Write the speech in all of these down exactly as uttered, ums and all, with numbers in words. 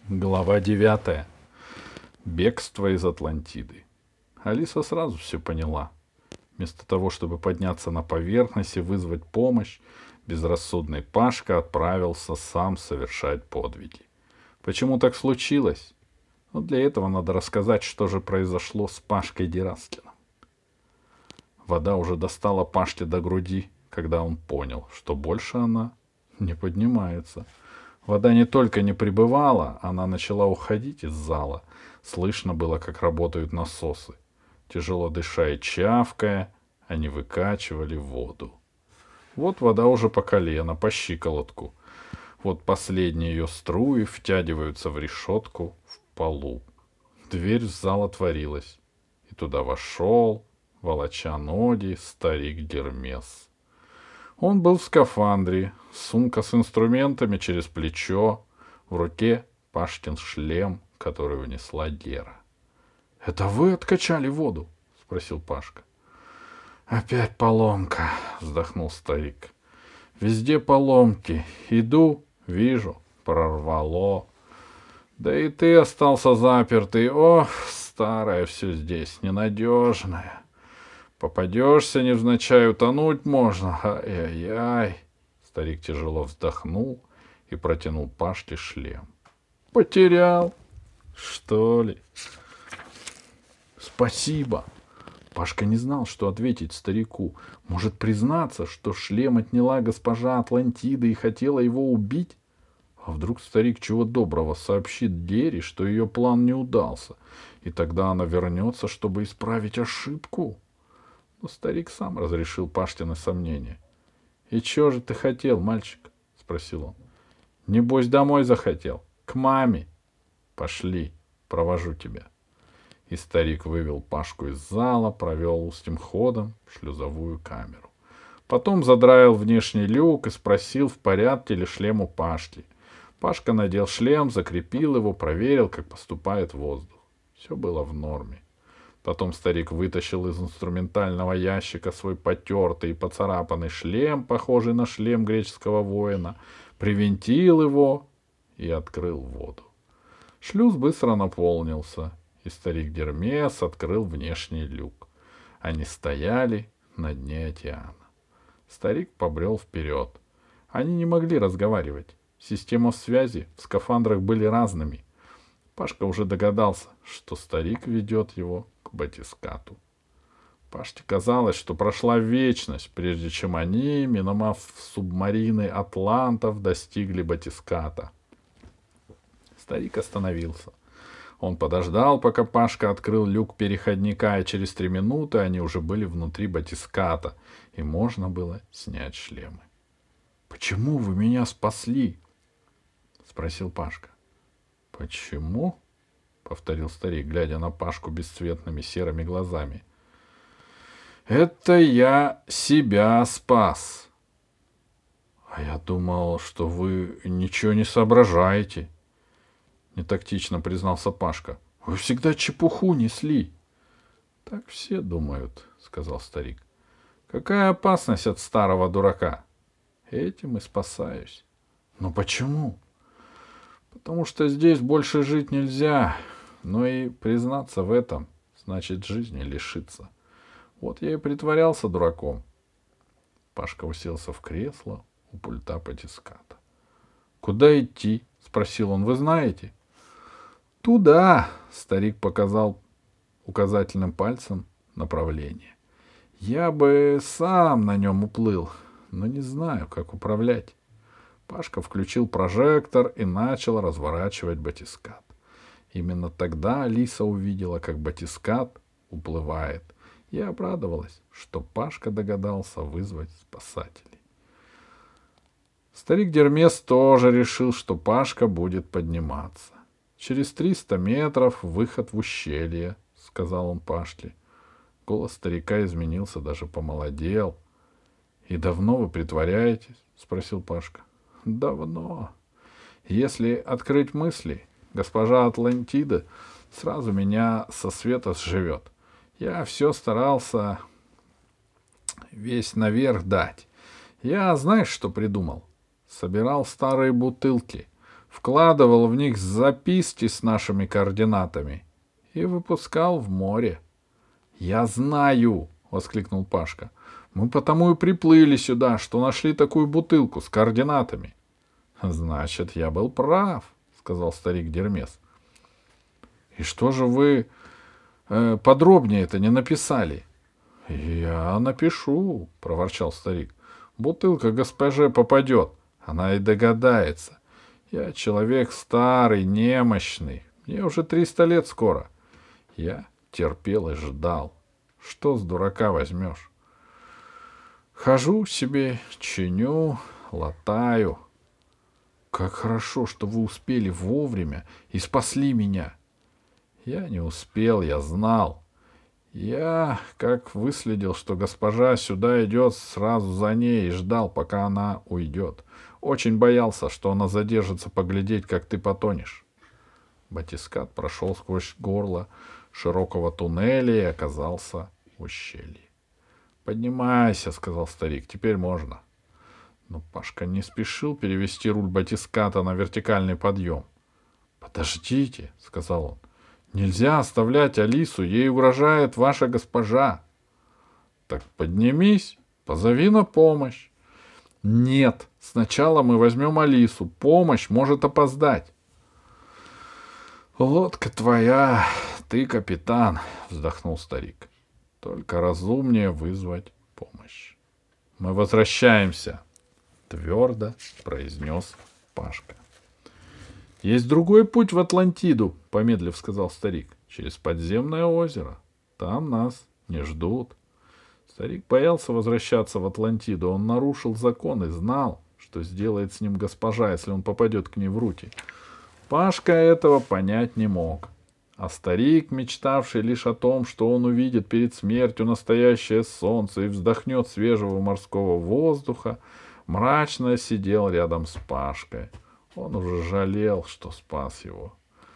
Глава девятая. Бегство из Атлантиды. Алиса сразу все поняла. Вместо того, чтобы подняться на поверхность и вызвать помощь, безрассудный Пашка отправился сам совершать подвиги. Почему так случилось? Но для этого надо рассказать, что же произошло с Пашкой Дераскиным. Вода уже достала Пашке до груди, когда он понял, что больше она не поднимается. Вода не только не прибывала, она начала уходить из зала. Слышно было, как работают насосы. Тяжело дыша и чавкая, они выкачивали воду. Вот вода уже по колено, по щиколотку. Вот последние ее струи втягиваются в решетку в полу. Дверь в зал отворилась, и туда вошел, волоча ноги, старик Гермес. Он был в скафандре, сумка с инструментами через плечо, в руке Пашкин шлем, который унесла Гера. — Это вы откачали воду? — спросил Пашка. — Опять поломка, — вздохнул старик. — Везде поломки. Иду, вижу, прорвало. Да и ты остался запертый. Ох, старое все здесь, ненадежное. Попадешься невзначай, утонуть можно. Ай-яй-яй. Старик тяжело вздохнул и протянул Пашке шлем. Потерял, что ли? Спасибо. Пашка не знал, что ответить старику. Может признаться, что шлем отняла госпожа Атлантида и хотела его убить? А вдруг старик чего доброго сообщит Гере, что ее план не удался, и тогда она вернется, чтобы исправить ошибку? Но старик сам разрешил Пашкины сомнения. — И чего же ты хотел, мальчик? — спросил он. — Небось, домой захотел. К маме. — Пошли, провожу тебя. И старик вывел Пашку из зала, провел узким ходом в шлюзовую камеру. Потом задраил внешний люк и спросил, в порядке ли шлем у Пашки. Пашка надел шлем, закрепил его, проверил, как поступает воздух. Все было в норме. Потом старик вытащил из инструментального ящика свой потертый и поцарапанный шлем, похожий на шлем греческого воина, привинтил его и открыл воду. Шлюз быстро наполнился, и старик Гермес открыл внешний люк. Они стояли на дне океана. Старик побрел вперед. Они не могли разговаривать. Системы связи в скафандрах были разными. Пашка уже догадался, что старик ведет его к батискату. Пашке казалось, что прошла вечность, прежде чем они, миновав субмарины атлантов, достигли батиската. Старик остановился. Он подождал, пока Пашка открыл люк переходника, и через три минуты они уже были внутри батиската, и можно было снять шлемы. — Почему вы меня спасли? — спросил Пашка. — Почему? — повторил старик, глядя на Пашку бесцветными серыми глазами. — Это я себя спас. — А я думал, что вы ничего не соображаете, — нетактично признался Пашка. — Вы всегда чепуху несли. — Так все думают, — сказал старик. — Какая опасность от старого дурака? Этим и спасаюсь. — Но почему? — Потому что здесь больше жить нельзя, но и признаться в этом значит жизни лишиться. Вот я и притворялся дураком. Пашка уселся в кресло у пульта батиската. — Куда идти? — спросил он. — Вы знаете? — Туда! — старик показал указательным пальцем направление. — Я бы сам на нем уплыл, но не знаю, как управлять. Пашка включил прожектор и начал разворачивать батискат. Именно тогда Алиса увидела, как батискат уплывает, и обрадовалась, что Пашка догадался вызвать спасателей. Старик Гермес тоже решил, что Пашка будет подниматься. Через триста метров выход в ущелье, — сказал он Пашке. Голос старика изменился, даже помолодел. — И давно вы притворяетесь? — спросил Пашка. — Давно. Если открыть мысли, госпожа Атлантида сразу меня со света сживет. Я все старался весь наверх дать. Я, знаешь, что придумал? Собирал старые бутылки. вкладывал в них записки с нашими координатами и выпускал в море. — Я знаю! — воскликнул Пашка. — Мы потому и приплыли сюда, что нашли такую бутылку с координатами. — Значит, я был прав, — сказал старик Дермес. — И что же вы э, подробнее это не написали? — Я напишу, — проворчал старик. — Бутылка госпоже попадет, она и догадается. Я человек старый, немощный, мне уже триста лет скоро. Я терпел и ждал. Что с дурака возьмешь? Хожу себе, чиню, латаю. Как хорошо, что вы успели вовремя и спасли меня. Я не успел, я знал. Я, как выследил, что госпожа сюда идет, сразу за ней и ждал, пока она уйдет. Очень боялся, что она задержится поглядеть, как ты потонешь. Батискат прошел сквозь горло широкого туннеля и оказался в ущелье. — Поднимайся, — сказал старик, — теперь можно. Но Пашка не спешил перевести руль батиската на вертикальный подъем. — Подождите, — сказал он, — нельзя оставлять Алису, ей угрожает ваша госпожа. — Так поднимись, позови на помощь. — Нет, сначала мы возьмем Алису, помощь может опоздать. — Лодка твоя, ты капитан, — вздохнул старик. — Только разумнее вызвать помощь. — Мы возвращаемся, — твердо произнес Пашка. — Есть другой путь в Атлантиду, — помедлив сказал старик, — через подземное озеро. Там нас не ждут. Старик боялся возвращаться в Атлантиду. Он нарушил закон и знал, что сделает с ним госпожа, если он попадет к ней в руки. Пашка этого понять не мог. А старик, мечтавший лишь о том, что он увидит перед смертью настоящее солнце и вздохнет свежего морского воздуха, мрачно сидел рядом с Пашкой. Он уже жалел, что спас его.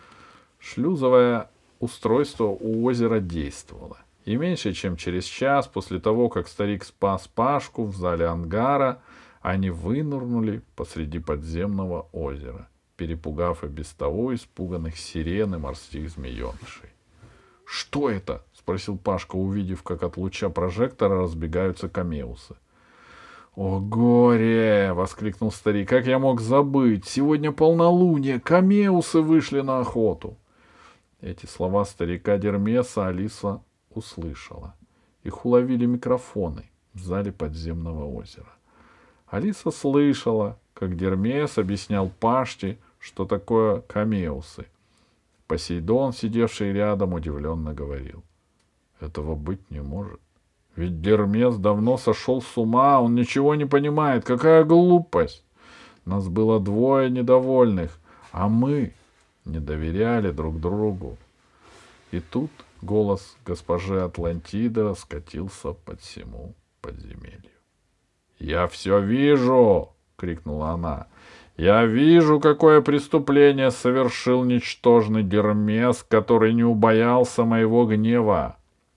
Шлюзовое устройство у озера действовало. И меньше чем через час после того, как старик спас Пашку в зале ангара, они вынырнули посреди подземного озера, перепугав и без того испуганных сирен и морских змеенышей. — Что это? — спросил Пашка, увидев, как от луча прожектора разбегаются камеусы. — О, горе! — воскликнул старик. — Как я мог забыть? Сегодня полнолуние, камеусы вышли на охоту. Эти слова старика Дермеса Алиса услышала. Их уловили микрофоны в зале подземного озера. Алиса слышала, как Дермес объяснял Пашке, что такое камеусы. Посейдон, сидевший рядом, удивленно говорил: — Этого быть не может. Ведь Дермес давно сошел с ума, он ничего не понимает. Какая глупость! Нас было двое недовольных, а мы не доверяли друг другу. И тут голос госпожи Атлантиды раскатился по всему подземелью. — Я все вижу! — крикнула она. — Я вижу, какое преступление совершил ничтожный Дермес, который не убоялся моего гнева.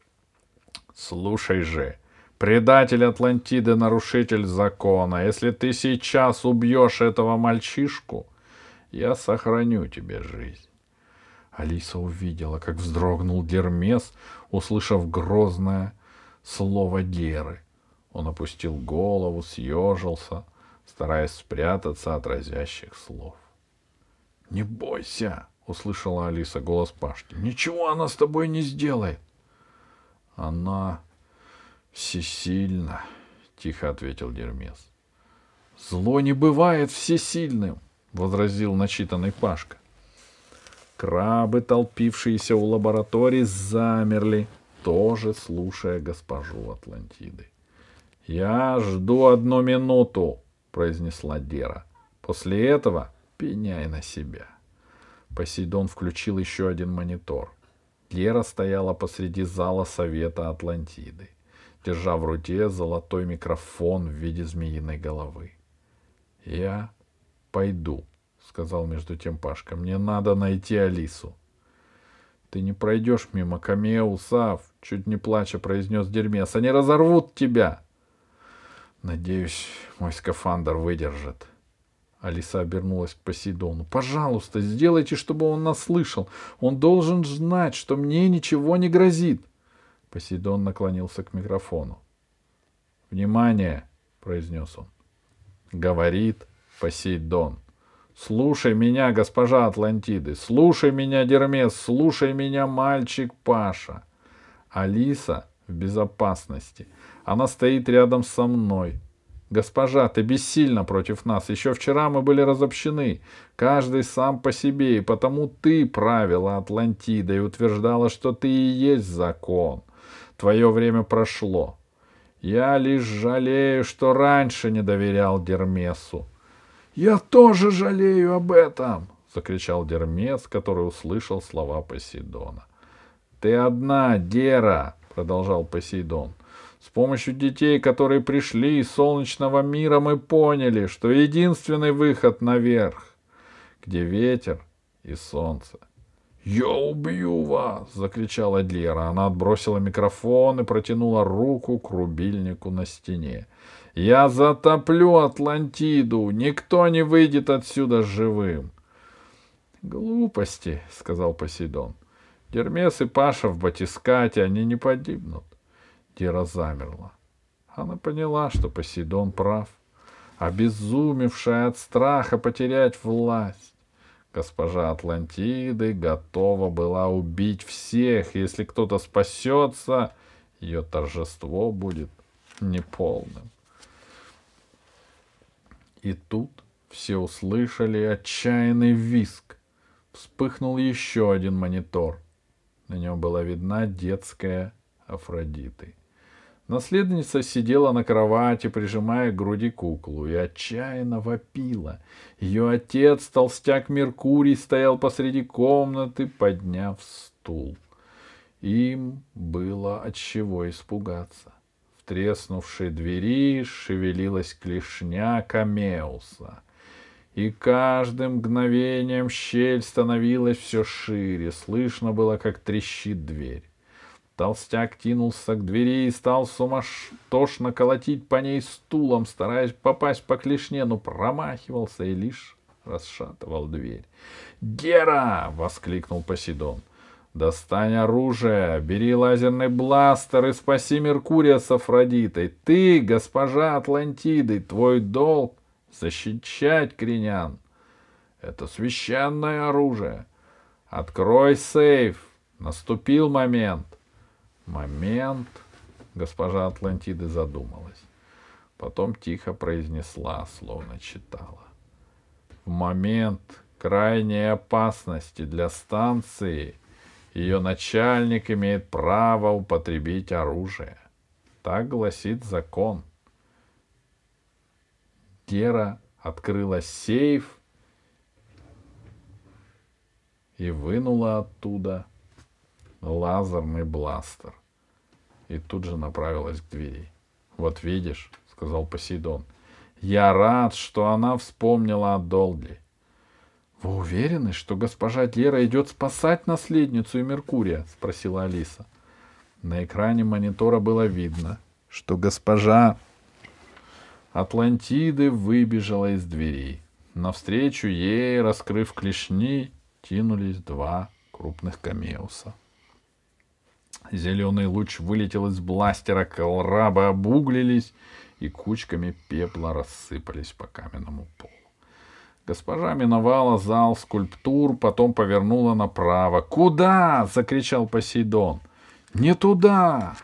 Слушай же, предатель Атлантиды, нарушитель закона, если ты сейчас убьешь этого мальчишку, я сохраню тебе жизнь. Алиса увидела, как вздрогнул Дермес, услышав грозное слово Геры. Он опустил голову, съежился, стараясь спрятаться от разящих слов. — Не бойся, — услышала Алиса голос Пашки. — Ничего она с тобой не сделает. — Она всесильна, — тихо ответил Дермес. — Зло не бывает всесильным, — возразил начитанный Пашка. Крабы, толпившиеся у лаборатории, замерли, тоже слушая госпожу Атлантиды. — Я жду одну минуту, — произнесла Гера. — После этого пеняй на себя. Посейдон включил еще один монитор. Гера стояла посреди зала Совета Атлантиды, держа в руке золотой микрофон в виде змеиной головы. — Я пойду, — сказал между тем Пашка. — Мне надо найти Алису. — Ты не пройдешь мимо камеусов, — чуть не плача произнес Дермес. — Они разорвут тебя. — Надеюсь, мой скафандр выдержит. Алиса обернулась к Посейдону. «Пожалуйста, сделайте, чтобы он нас слышал. Он должен знать, что мне ничего не грозит». Посейдон наклонился к микрофону. «Внимание!» — произнес он. Говорит Посейдон. «Слушай меня, госпожа Атлантиды, слушай меня, Дермес, слушай меня, мальчик Паша. Алиса в безопасности. Она стоит рядом со мной. Госпожа, ты бессильна против нас. Еще вчера мы были разобщены, каждый сам по себе, и потому ты правила Атлантидой и утверждала, что ты и есть закон. Твое время прошло. Я лишь жалею, что раньше не доверял Дермесу». «Я тоже жалею об этом!» — закричал Дермес, который услышал слова Посейдона. «Ты одна, Дера!» — продолжал Посейдон. «С помощью детей, которые пришли из солнечного мира, мы поняли, что единственный выход наверх, где ветер и солнце». «Я убью вас!» — закричала Дера. Она отбросила микрофон и протянула руку к рубильнику на стене. «Я затоплю Атлантиду! Никто не выйдет отсюда живым!» «Глупости!» — сказал Посейдон. «Дермес и Паша в батискате, они не погибнут». Дера замерла. Она поняла, что Посейдон прав, обезумевшая от страха потерять власть. Госпожа Атлантиды готова была убить всех. Если кто-то спасется, ее торжество будет неполным. И тут все услышали отчаянный визг. Вспыхнул еще один монитор. На нем была видна детская Афродиты. Наследница сидела на кровати, прижимая к груди куклу, и отчаянно вопила. Ее отец, толстяк Меркурий, стоял посреди комнаты, подняв стул. Им было от чего испугаться. В треснувшей двери шевелилась клешня Камеуса, и каждым мгновением щель становилась все шире. Слышно было, как трещит дверь. Толстяк кинулся к двери и стал суматошно колотить по ней стулом, стараясь попасть по клешне, но промахивался и лишь расшатывал дверь. «Гера!» — воскликнул Посейдон. «Достань оружие, бери лазерный бластер и спаси Меркурия с Афродитой. Ты, госпожа Атлантиды, твой долг — защищать кренян. Это священное оружие. Открой сейф. Наступил момент». Момент. Госпожа Атлантиды задумалась. Потом тихо произнесла, словно читала. В момент крайней опасности для станции ее начальник имеет право употребить оружие. Так гласит закон. Гера открыла сейф и вынула оттуда лазерный бластер. И тут же направилась к двери. «Вот видишь», — сказал Посейдон, — «я рад, что она вспомнила о Долли». «Вы уверены, что госпожа Гера идет спасать наследницу и Меркурия?» — спросила Алиса. На экране монитора было видно, что госпожа Атлантиды выбежала из двери. Навстречу ей, раскрыв клешни, тянулись два крупных камеуса. Зеленый луч вылетел из бластера, колрабы обуглились и кучками пепла рассыпались по каменному полу. Госпожа миновала зал скульптур, потом повернула направо. «Куда?» — закричал Посейдон. «Не туда!»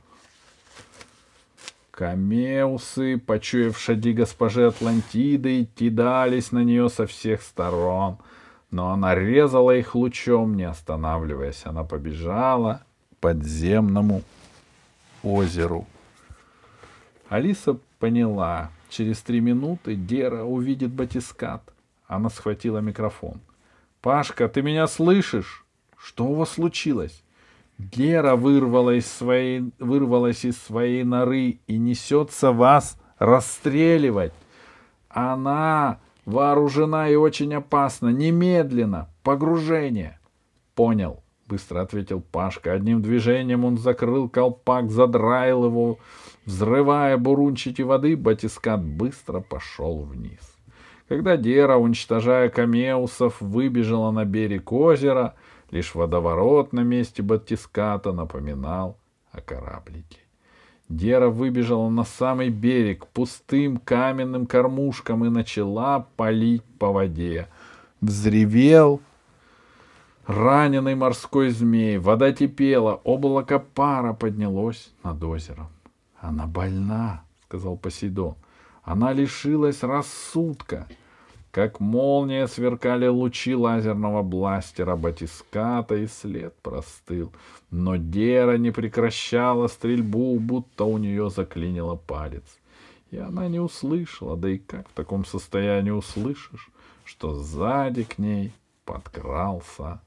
Камеусы, почуяв шаги госпожи Атлантиды, кидались на нее со всех сторон, но она резала их лучом, не останавливаясь. Она побежала к подземному озеру. Алиса поняла, через три минуты Гера увидит батискат. Она схватила микрофон. «Пашка, ты меня слышишь? Что у вас случилось?» Гера вырвалась из своей, вырвалась из своей норы и несется вас расстреливать. Она вооружена и очень опасна. Немедленно. Погружение. Понял, быстро ответил Пашка. Одним движением он закрыл колпак, задраил его. Взрывая бурунчики воды, батискат быстро пошел вниз. Когда Дера, уничтожая камеусов, выбежала на берег озера, лишь водоворот на месте батиската напоминал о кораблике. Дера выбежала на самый берег пустым каменным кормушком и начала палить по воде. Взревел раненый морской змей, вода кипела, облако пара поднялось над озером. — Она больна, — сказал Посейдон. — Она лишилась рассудка. Как молния сверкали лучи лазерного бластера батиската, и след простыл. Но Дера не прекращала стрельбу, будто у нее заклинило палец. И она не услышала, да и как в таком состоянии услышишь, что сзади к ней подкрался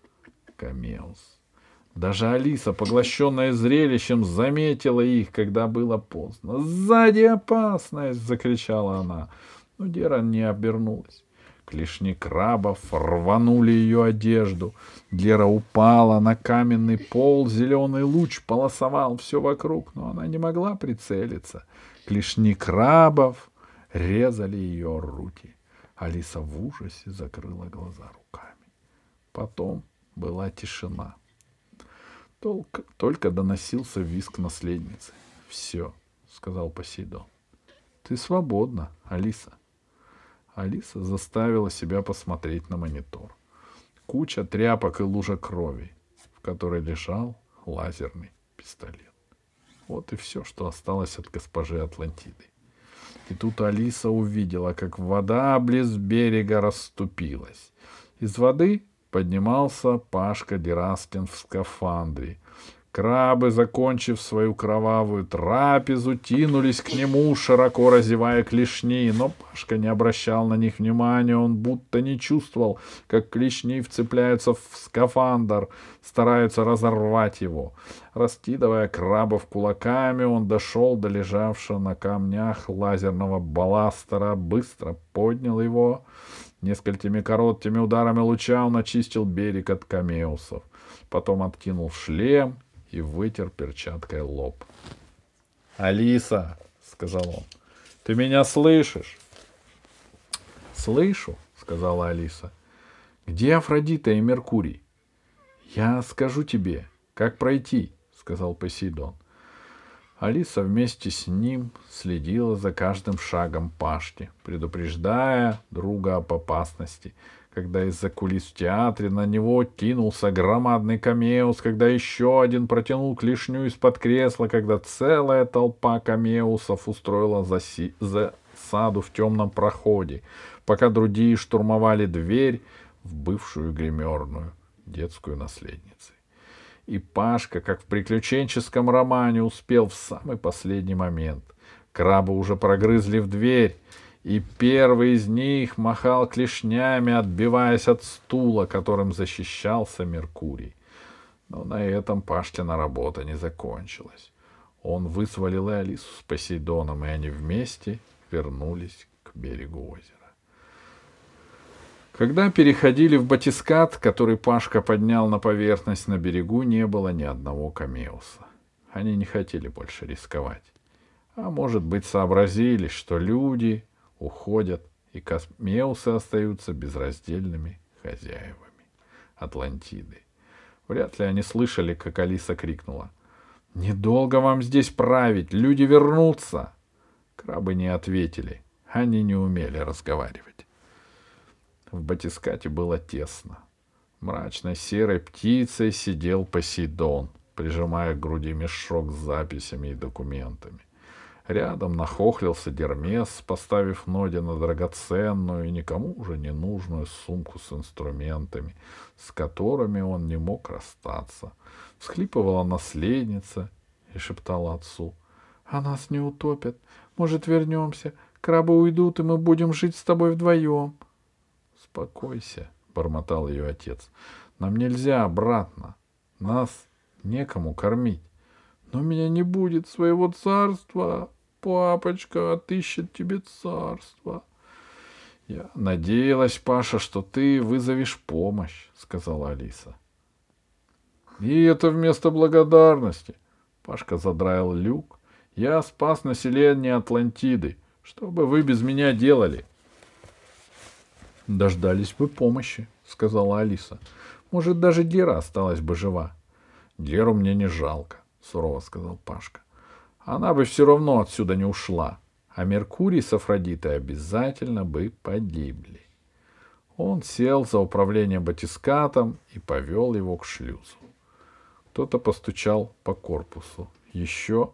Камеус. Даже Алиса, поглощенная зрелищем, заметила их, когда было поздно. «Сзади опасность!» — закричала она. Но Дера не обернулась. Клешни крабов рванули ее одежду. Дера упала на каменный пол, зеленый луч полосовал все вокруг, но она не могла прицелиться. Клешни крабов резали ее руки. Алиса в ужасе закрыла глаза руками. Потом была тишина. Только, только доносился визг наследницы. — Все, — сказал Посейдон. — Ты свободна, Алиса. Алиса заставила себя посмотреть на монитор. Куча тряпок и лужа крови, в которой лежал лазерный пистолет. Вот и все, что осталось от госпожи Атлантиды. И тут Алиса увидела, как вода близ берега расступилась. Из воды поднимался Пашка Дераскин в скафандре. Крабы, закончив свою кровавую трапезу, тянулись к нему, широко разевая клешни, но Пашка не обращал на них внимания, он будто не чувствовал, как клешни вцепляются в скафандр, стараются разорвать его. Раскидывая крабов кулаками, он дошел до лежавшего на камнях лазерного балластера, быстро поднял его. Несколькими короткими ударами луча он очистил берег от камеусов. Потом откинул шлем и вытер перчаткой лоб. — Алиса, — сказал он, — ты меня слышишь? — Слышу, — сказала Алиса. — Где Афродита и Меркурий? — Я скажу тебе, как пройти, — сказал Посейдон. Алиса вместе с ним следила за каждым шагом Пашки, предупреждая друга об опасности. Когда из-за кулис в театре на него кинулся громадный камеус, когда еще один протянул клешню из-под кресла, когда целая толпа камеусов устроила заси... засаду в темном проходе, пока другие штурмовали дверь в бывшую гримерную детскую наследницей. И Пашка, как в приключенческом романе, успел в самый последний момент. Крабы уже прогрызли в дверь, и первый из них махал клешнями, отбиваясь от стула, которым защищался Меркурий. Но на этом Пашкина работа не закончилась. Он вызволил и Алису с Посейдоном, и они вместе вернулись к берегу озера. Когда переходили в батискат, который Пашка поднял на поверхность, на берегу не было ни одного камеуса. Они не хотели больше рисковать. А может быть, сообразили, что люди уходят, и камеусы остаются безраздельными хозяевами Атлантиды. Вряд ли они слышали, как Алиса крикнула: «Недолго вам здесь править, люди вернутся!» Крабы не ответили, они не умели разговаривать. В батискате было тесно. Мрачной серой птицей сидел Посейдон, прижимая к груди мешок с записями и документами. Рядом нахохлился Гермес, поставив ноги на драгоценную и никому уже не нужную сумку с инструментами, с которыми он не мог расстаться. Всхлипывала наследница и шептала отцу: «А нас не утопят. Может, вернемся? Крабы уйдут, и мы будем жить с тобой вдвоем». «Успокойся», — бормотал ее отец. «Нам нельзя обратно. Нас некому кормить». «Но у меня не будет своего царства. Папочка отыщет тебе царство». «Я надеялась, Паша, что ты вызовешь помощь», — сказала Алиса. «И это вместо благодарности». Пашка задраил люк. «Я спас население Атлантиды. Что бы вы без меня делали?» — Дождались бы помощи, — сказала Алиса. — Может, даже Дера осталась бы жива. — Деру мне не жалко, — сурово сказал Пашка. — Она бы все равно отсюда не ушла, а Меркурий с Афродитой обязательно бы погибли. Он сел за управление батискатом и повел его к шлюзу. Кто-то постучал по корпусу. Еще...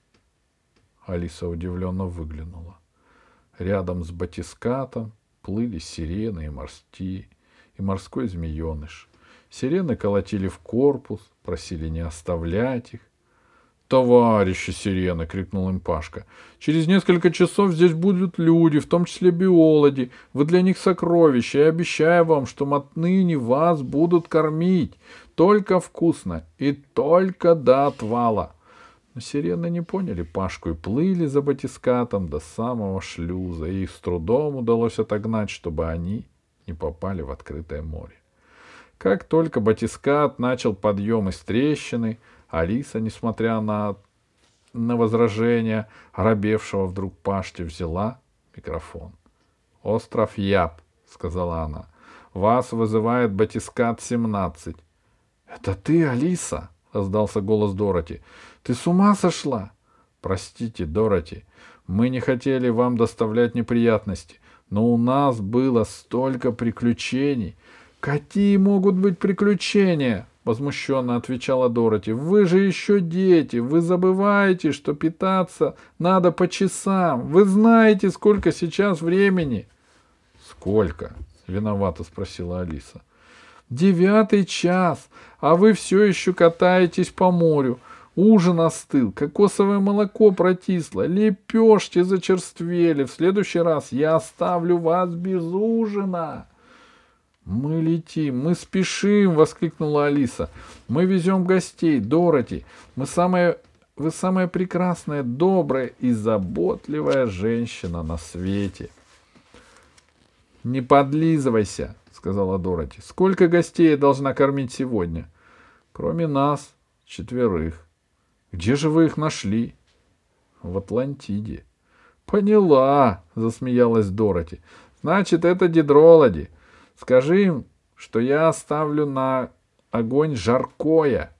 Алиса удивленно выглянула. Рядом с батискатом плыли сирены и морские, и морской змееныш. Сирены колотили в корпус, просили не оставлять их. «Товарищи сирены!» — крикнул им Пашка. «Через несколько часов здесь будут люди, в том числе биологи. Вы для них сокровища. Я обещаю вам, что отныне вас будут кормить. Только вкусно и только до отвала». Но сирены не поняли Пашку и плыли за батискатом до самого шлюза, и их с трудом удалось отогнать, чтобы они не попали в открытое море. Как только батискат начал подъем из трещины, Алиса, несмотря на, на возражения оробевшего вдруг Пашки, взяла микрофон. — Остров Яб, — сказала она, — вас вызывает батискат семнадцать. — Это ты, Алиса? — раздался голос Дороти. — Ты с ума сошла? — Простите, Дороти, мы не хотели вам доставлять неприятности, но у нас было столько приключений. — Какие могут быть приключения? — возмущенно отвечала Дороти. — Вы же еще дети, вы забываете, что питаться надо по часам. Вы знаете, сколько сейчас времени? — Сколько? — виновато спросила Алиса. — Девятый час, а вы все еще катаетесь по морю. Ужин остыл, кокосовое молоко протисло, лепешки зачерствели. В следующий раз я оставлю вас без ужина. — Мы летим, мы спешим, — воскликнула Алиса. — Мы везем гостей, Дороти. Мы самая, вы самая прекрасная, добрая и заботливая женщина на свете. — Не подлизывайся, — сказала Дороти. — Сколько гостей я должна кормить сегодня? — Кроме нас, четверых. — Где же вы их нашли? — В Атлантиде. — Поняла, — засмеялась Дороти. — Значит, это дидролоди. Скажи им, что я оставлю на огонь жаркое.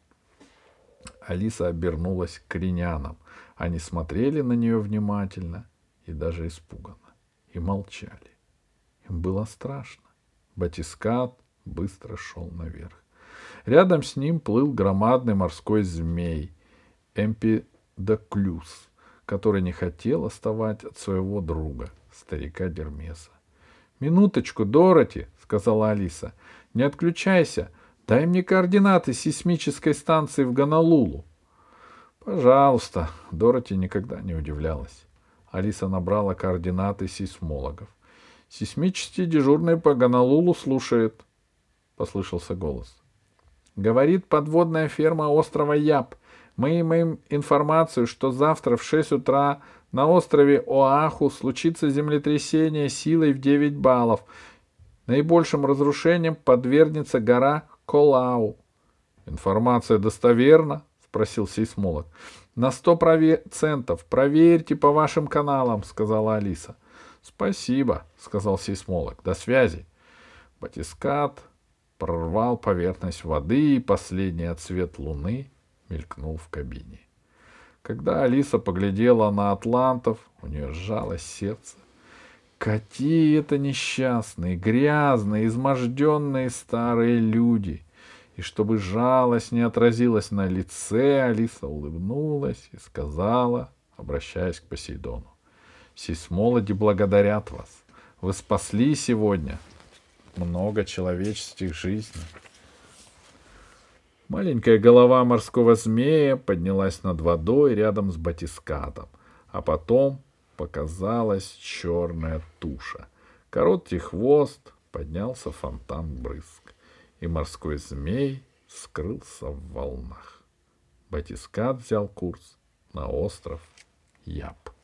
Алиса обернулась к кринянам. Они смотрели на нее внимательно и даже испуганно. И молчали. Им было страшно. Батискат быстро шел наверх. Рядом с ним плыл громадный морской змей Эмпидоклюс, который не хотел отставать от своего друга, старика Гермеса. — Минуточку, Дороти, — сказала Алиса. — Не отключайся. Дай мне координаты сейсмической станции в Гонолулу. — Пожалуйста. Дороти никогда не удивлялась. Алиса набрала координаты сейсмологов. — Сейсмический дежурный по Гонолулу слушает, — послышался голос. — Говорит подводная ферма острова Яб. Мы имеем информацию, что завтра в шесть утра на острове Оаху случится землетрясение силой в девять баллов. Наибольшим разрушением подвергнется гора Колау. — Информация достоверна? — спросил сейсмолог. — На сто процентов. Проверьте по вашим каналам, — сказала Алиса. — Спасибо, — сказал сейсмолог. — До связи. Батискат прорвал поверхность воды, и последний отсвет луны мелькнул в кабине. Когда Алиса поглядела на атлантов, у нее сжалось сердце. Какие это несчастные, грязные, изможденные старые люди! И чтобы жалость не отразилась на лице, Алиса улыбнулась и сказала, обращаясь к Посейдону: — Сейсмологи благодарят вас. Вы спасли сегодня много человеческих жизней. Маленькая голова морского змея поднялась над водой рядом с батискатом, а потом показалась черная туша. Короткий хвост, поднялся фонтан брызг, и морской змей скрылся в волнах. Батискат взял курс на остров Яб.